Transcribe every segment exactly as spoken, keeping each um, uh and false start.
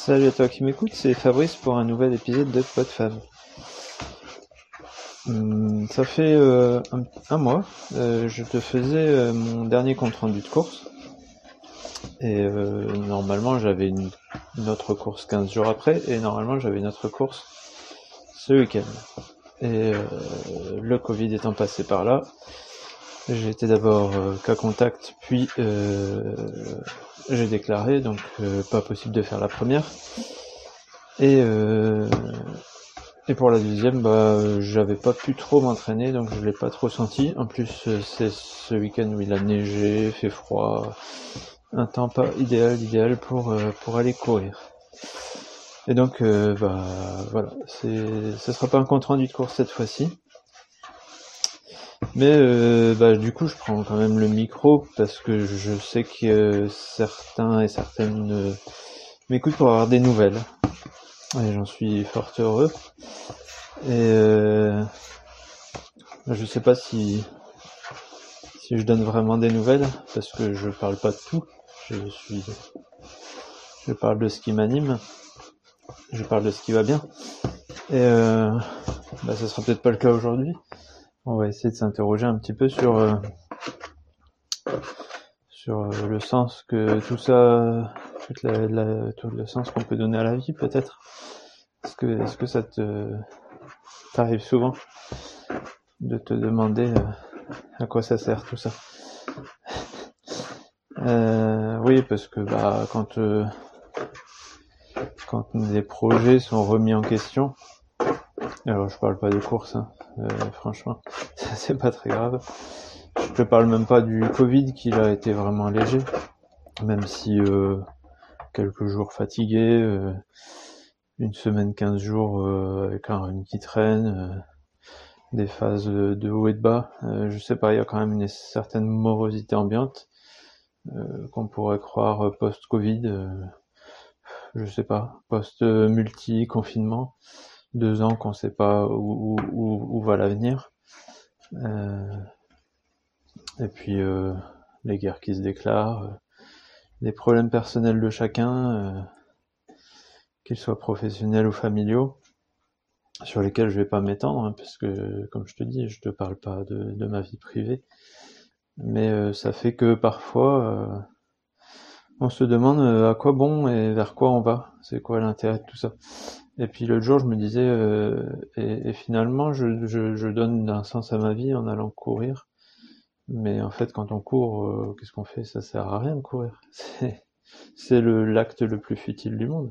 Salut à toi qui m'écoute, c'est Fabrice pour un nouvel épisode de PodFab. Hum, ça fait euh, un, un mois, euh, je te faisais euh, mon dernier compte rendu de course. Et euh, normalement j'avais une, une autre course quinze jours après, et normalement j'avais une autre course ce week-end. Et euh, le Covid étant passé par là, j'ai été d'abord euh, cas contact, puis euh, j'ai déclaré, donc euh, pas possible de faire la première. Et, euh, et pour la deuxième, bah j'avais pas pu trop m'entraîner, donc je l'ai pas trop senti. En plus, c'est ce week-end où il a neigé, fait froid, un temps pas idéal, idéal pour euh, pour aller courir. Et donc, euh, bah voilà, c'est, ce sera pas un compte rendu de course cette fois-ci. Mais euh, bah du coup, je prends quand même le micro parce que je sais que certains et certaines euh, m'écoutent pour avoir des nouvelles. Et j'en suis fort heureux. Et euh, je sais pas si si je donne vraiment des nouvelles parce que je parle pas de tout. Je suis, je parle de ce qui m'anime. Je parle de ce qui va bien. Et euh, bah ça sera peut-être pas le cas aujourd'hui. On va essayer de s'interroger un petit peu sur euh, sur euh, le sens que tout ça, toute la, la, tout le sens qu'on peut donner à la vie peut-être. Est-ce que est-ce que ça te t'arrive souvent de te demander euh, à quoi ça sert tout ça? Euh, oui, parce que bah quand euh, quand des projets sont remis en question, alors je parle pas de course, hein, euh, franchement, ça c'est pas très grave. Je te parle même pas du Covid qui a été vraiment léger, même si euh, quelques jours fatigués, euh, une semaine, quinze jours euh, avec un rhume qui traîne, euh, des phases de, de haut et de bas, euh, je sais pas, il y a quand même une certaine morosité ambiante euh, qu'on pourrait croire post-Covid, euh, je sais pas, post-multi-confinement, deux ans qu'on sait pas où, où, où va l'avenir. Euh, et puis euh, les guerres qui se déclarent, euh, les problèmes personnels de chacun, euh, qu'ils soient professionnels ou familiaux, sur lesquels je vais pas m'étendre, hein, parce que, comme je te dis, je te parle pas de, de ma vie privée, mais euh, ça fait que parfois, euh, on se demande euh, à quoi bon et vers quoi on va, c'est quoi l'intérêt de tout ça. Et puis l'autre jour, je me disais, euh, et, et finalement, je, je, je donne un sens à ma vie en allant courir, mais en fait, quand on court, euh, qu'est-ce qu'on fait? Ça sert à rien de courir. C'est, c'est le l'acte le plus futile du monde.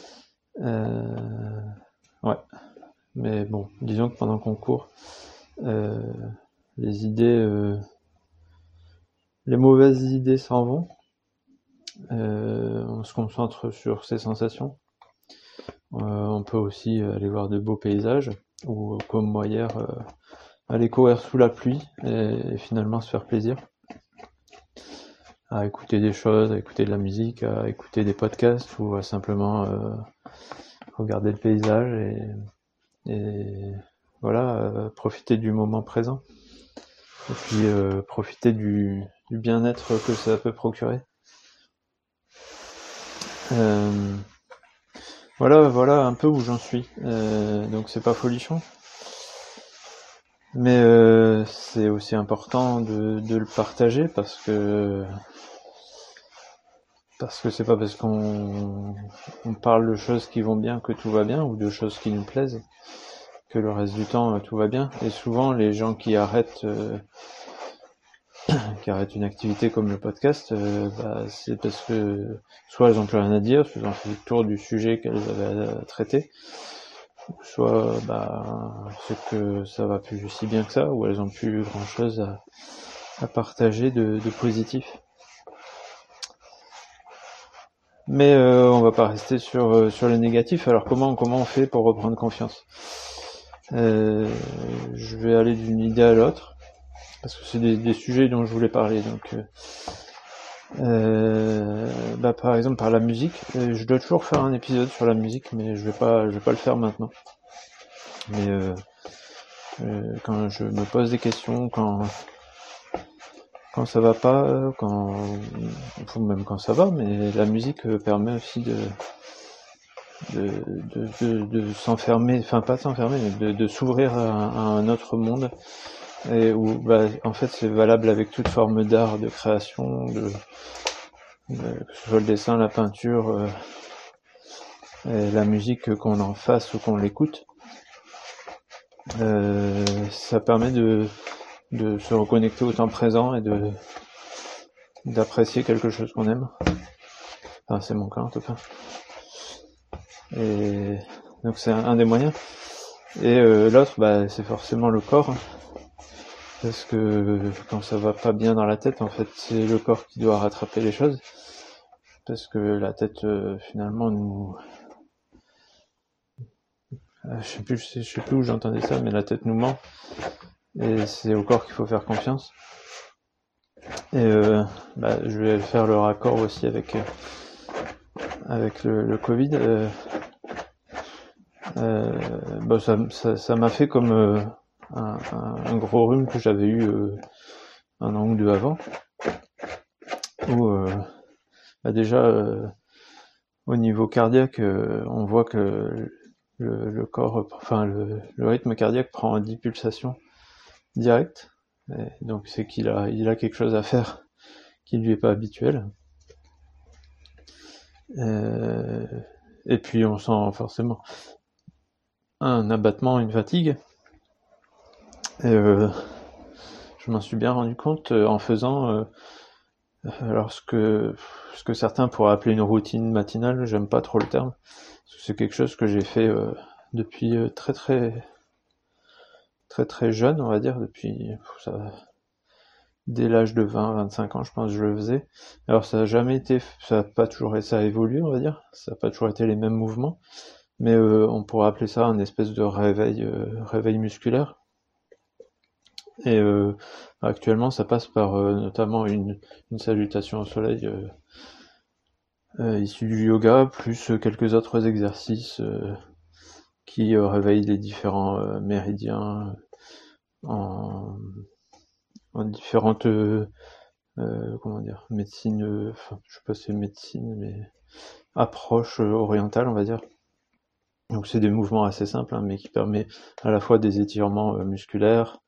Euh, ouais. Mais bon, disons que pendant qu'on court, euh, les idées, euh, les mauvaises idées s'en vont. Euh, on se concentre sur ses sensations. Euh, on peut aussi aller voir de beaux paysages, ou comme moi hier, euh, aller courir sous la pluie et, et finalement se faire plaisir. À écouter des choses, à écouter de la musique, à écouter des podcasts, ou à simplement euh, regarder le paysage et, et voilà, euh, profiter du moment présent. Et puis euh, profiter du, du bien-être que ça peut procurer. Euh, voilà, voilà un peu où j'en suis. Euh, donc c'est pas folichon, mais euh, c'est aussi important de, de le partager parce que parce que c'est pas parce qu'on on parle de choses qui vont bien que tout va bien, ou de choses qui nous plaisent que le reste du temps tout va bien. Et souvent les gens qui arrêtent euh, qui arrêtent une activité comme le podcast, euh, bah, c'est parce que soit elles ont plus rien à dire, soit elles ont fait le tour du sujet qu'elles avaient à traiter, soit bah, c'est que ça va plus si bien que ça, ou elles ont plus grand chose à, à partager de, de positif. Mais euh, on va pas rester sur euh, sur le négatif. Alors comment comment on fait pour reprendre confiance? euh, Je vais aller d'une idée à l'autre parce que c'est des, des sujets dont je voulais parler. Donc euh, Euh, bah par exemple par la musique, euh, je dois toujours faire un épisode sur la musique, mais je vais pas, je vais pas le faire maintenant. Mais euh, euh, quand je me pose des questions, quand quand ça va pas, quand même quand ça va, mais la musique permet aussi de de, de, de, de s'enfermer, enfin pas s'enfermer, mais de, de s'ouvrir à, à un autre monde, et où bah, en fait c'est valable avec toute forme d'art, de création, de, de, que ce soit le dessin, la peinture, euh, et la musique, qu'on en fasse ou qu'on l'écoute. Euh, ça permet de, de se reconnecter au temps présent et de d'apprécier quelque chose qu'on aime. Enfin, c'est mon cas en tout cas. Et donc c'est un, un des moyens. Et euh, l'autre, bah, c'est forcément le corps, parce que quand ça va pas bien dans la tête, en fait, c'est le corps qui doit rattraper les choses, parce que la tête, euh, finalement, nous, euh, je sais plus, je sais, je sais plus où j'entendais ça, mais la tête nous ment, et c'est au corps qu'il faut faire confiance. Et euh, bah, je vais faire le raccord aussi avec euh, avec le, le Covid. Euh, euh, bah, ça, ça, ça m'a fait comme euh, un, un, un gros rhume que j'avais eu euh, un an ou deux avant, où euh, bah déjà euh, au niveau cardiaque, euh, on voit que le, le corps, enfin le, le rythme cardiaque prend dix pulsations directes, et donc c'est qu'il a, il a quelque chose à faire qui lui est pas habituel. Euh, et puis on sent forcément un abattement, une fatigue. Et euh, je m'en suis bien rendu compte euh, en faisant euh, alors ce que, ce que certains pourraient appeler une routine matinale. J'aime pas trop le terme, parce que c'est quelque chose que j'ai fait euh, depuis euh, très très très très jeune, on va dire, depuis ça, dès l'âge de vingt à vingt-cinq ans, je pense que je le faisais. Alors ça a jamais été, ça a pas toujours, ça a évolué, on va dire, ça a pas toujours été les mêmes mouvements, mais euh, on pourrait appeler ça un espèce de réveil, euh, réveil musculaire. Et euh, actuellement, ça passe par euh, notamment une, une salutation au soleil euh, euh, issue du yoga, plus quelques autres exercices euh, qui euh, réveillent les différents euh, méridiens en, en différentes euh, euh, comment dire, médecine, euh, enfin, je sais pas si c'est médecine, mais approche euh, orientale, on va dire. Donc c'est des mouvements assez simples, hein, mais qui permet à la fois des étirements euh, musculaires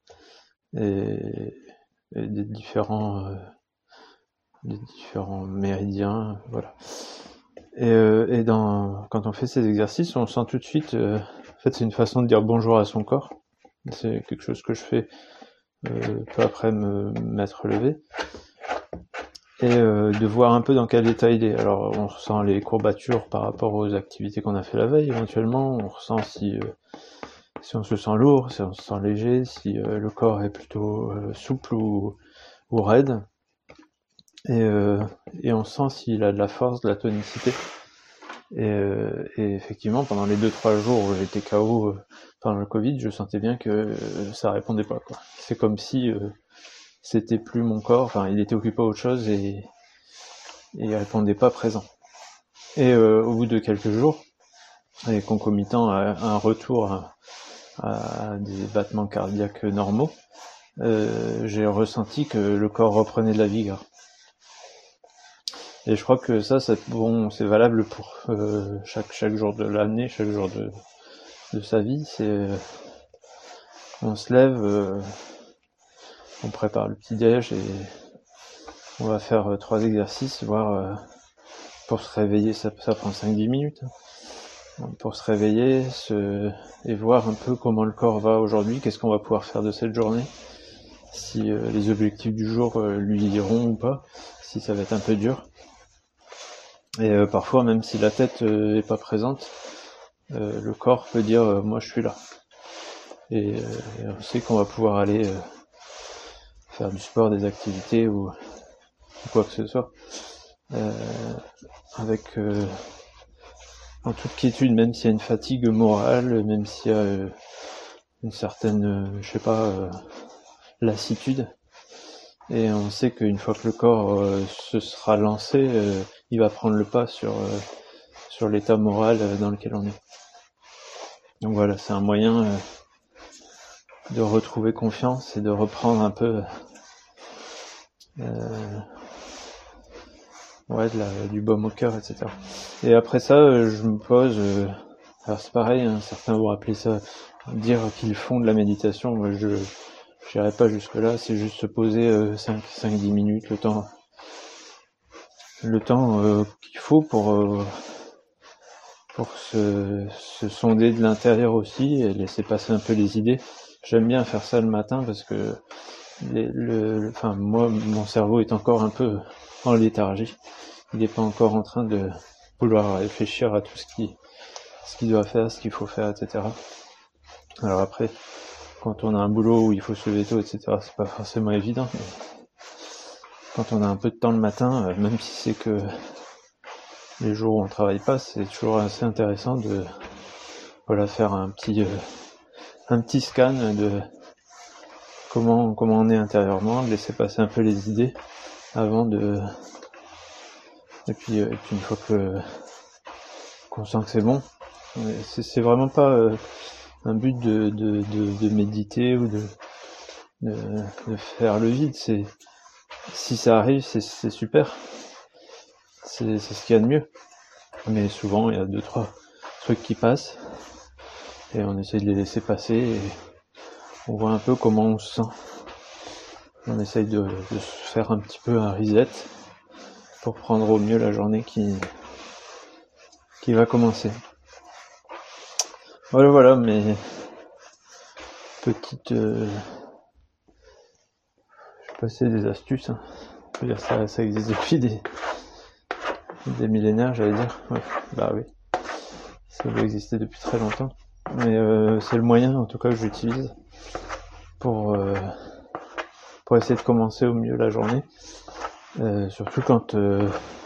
et, et des différents euh, des différents méridiens, voilà. Et, euh, et dans, quand on fait ces exercices, on sent tout de suite, euh, en fait c'est une façon de dire bonjour à son corps. C'est quelque chose que je fais euh, peu après me m'être levé. Et euh, de voir un peu dans quel état il est. Alors on ressent les courbatures par rapport aux activités qu'on a fait la veille, éventuellement, on ressent si, euh, si on se sent lourd, si on se sent léger, si euh, le corps est plutôt euh, souple ou, ou raide. Et, euh, et on sent s'il a de la force, de la tonicité. Et, euh, et effectivement, pendant les deux trois jours où j'étais K O euh, pendant le Covid, je sentais bien que euh, ça répondait pas, quoi. C'est comme si euh, c'était plus mon corps, enfin il était occupé à autre chose et, et il répondait pas présent. Et euh, au bout de quelques jours, et concomitant à un retour à, à des battements cardiaques normaux, euh, j'ai ressenti que le corps reprenait de la vigueur. Et je crois que ça, c'est bon, c'est valable pour euh, chaque chaque jour de l'année, chaque jour de de sa vie. C'est euh, on se lève, euh, on prépare le petit déj et on va faire euh, trois exercices, voire euh, pour se réveiller, ça, ça prend cinq dix minutes. Hein, pour se réveiller, se et voir un peu comment le corps va aujourd'hui, qu'est-ce qu'on va pouvoir faire de cette journée, si euh, les objectifs du jour euh, lui iront ou pas, si ça va être un peu dur. Et euh, parfois, même si la tête euh, est pas présente, euh, le corps peut dire euh, moi je suis là. Et, euh, et on sait qu'on va pouvoir aller euh, faire du sport, des activités ou, ou quoi que ce soit, euh, avec euh, en toute quiétude, même s'il y a une fatigue morale, même s'il y a euh, une certaine, euh, je sais pas, euh, lassitude. Et on sait qu'une fois que le corps euh, se sera lancé, euh, il va prendre le pas sur euh, sur l'état moral euh, dans lequel on est. Donc voilà, c'est un moyen euh, de retrouver confiance et de reprendre un peu euh, ouais, de la, du baume au cœur, et cetera. Et après ça, euh, je me pose. Euh, alors c'est pareil, hein, certains vont appeler ça dire qu'ils font de la méditation. Moi, je n'irai pas jusque là. C'est juste se poser euh, cinq dix minutes, le temps, le temps euh, qu'il faut pour euh, pour se, se sonder de l'intérieur aussi et laisser passer un peu les idées. J'aime bien faire ça le matin parce que les, le, enfin moi, mon cerveau est encore un peu en léthargie. Il n'est pas encore en train de vouloir réfléchir à tout ce qui, ce qu'il doit faire, ce qu'il faut faire, et cetera. Alors après, quand on a un boulot où il faut se lever tôt, et cetera, c'est pas forcément évident. Mais quand on a un peu de temps le matin, même si c'est que les jours où on travaille pas, c'est toujours assez intéressant de voilà faire un petit euh, un petit scan de comment comment on est intérieurement, de laisser passer un peu les idées avant de et puis et puis une fois que qu'on sent que c'est bon, c'est, c'est vraiment pas euh, un but de, de, de, de méditer ou de, de, de faire le vide. C'est si ça arrive, c'est, c'est super, c'est, c'est ce qu'il y a de mieux. Mais souvent il y a deux trois trucs qui passent et on essaie de les laisser passer et on voit un peu comment on se sent. On essaye de, de se faire un petit peu un reset pour prendre au mieux la journée qui qui va commencer. Voilà, voilà, mes petites, euh, je vais passer des astuces. Hein. Je veux dire, ça, ça existe depuis des, des millénaires, j'allais dire. Ouais, bah oui, ça doit exister depuis très longtemps. Mais euh, c'est le moyen, en tout cas, que j'utilise pour euh, pour essayer de commencer au mieux la journée. Euh, surtout quand euh,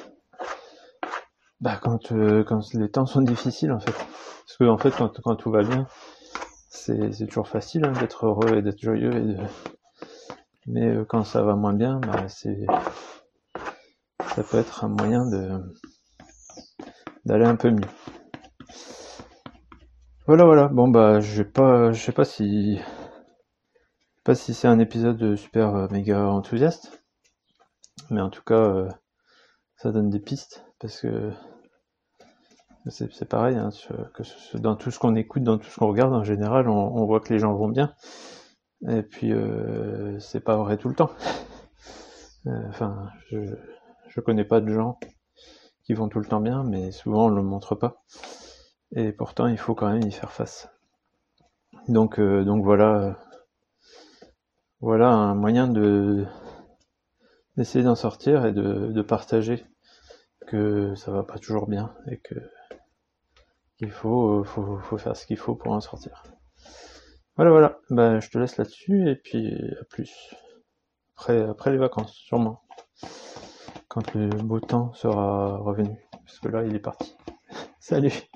bah quand euh, quand les temps sont difficiles en fait. Parce que en fait, quand quand tout va bien, c'est c'est toujours facile hein, d'être heureux et d'être joyeux et de... mais euh, quand ça va moins bien, bah c'est ça peut être un moyen de d'aller un peu mieux. Voilà, voilà. Bon bah je vais pas, je sais pas si, pas si c'est un épisode super euh, méga enthousiaste, mais en tout cas euh, ça donne des pistes parce que c'est, c'est pareil, hein, que ce, dans tout ce qu'on écoute, dans tout ce qu'on regarde en général, on, on voit que les gens vont bien. Et puis euh, c'est pas vrai tout le temps. Enfin, euh, je je connais pas de gens qui vont tout le temps bien, mais souvent on le montre pas. Et pourtant il faut quand même y faire face. Donc euh, donc voilà. Voilà un moyen de d'essayer d'en sortir et de, de partager que ça va pas toujours bien et que qu'il faut, faut faut faire ce qu'il faut pour en sortir. Voilà voilà, bah je te laisse là-dessus et puis à plus. Après après les vacances, sûrement. Quand le beau temps sera revenu. Parce que là il est parti. Salut!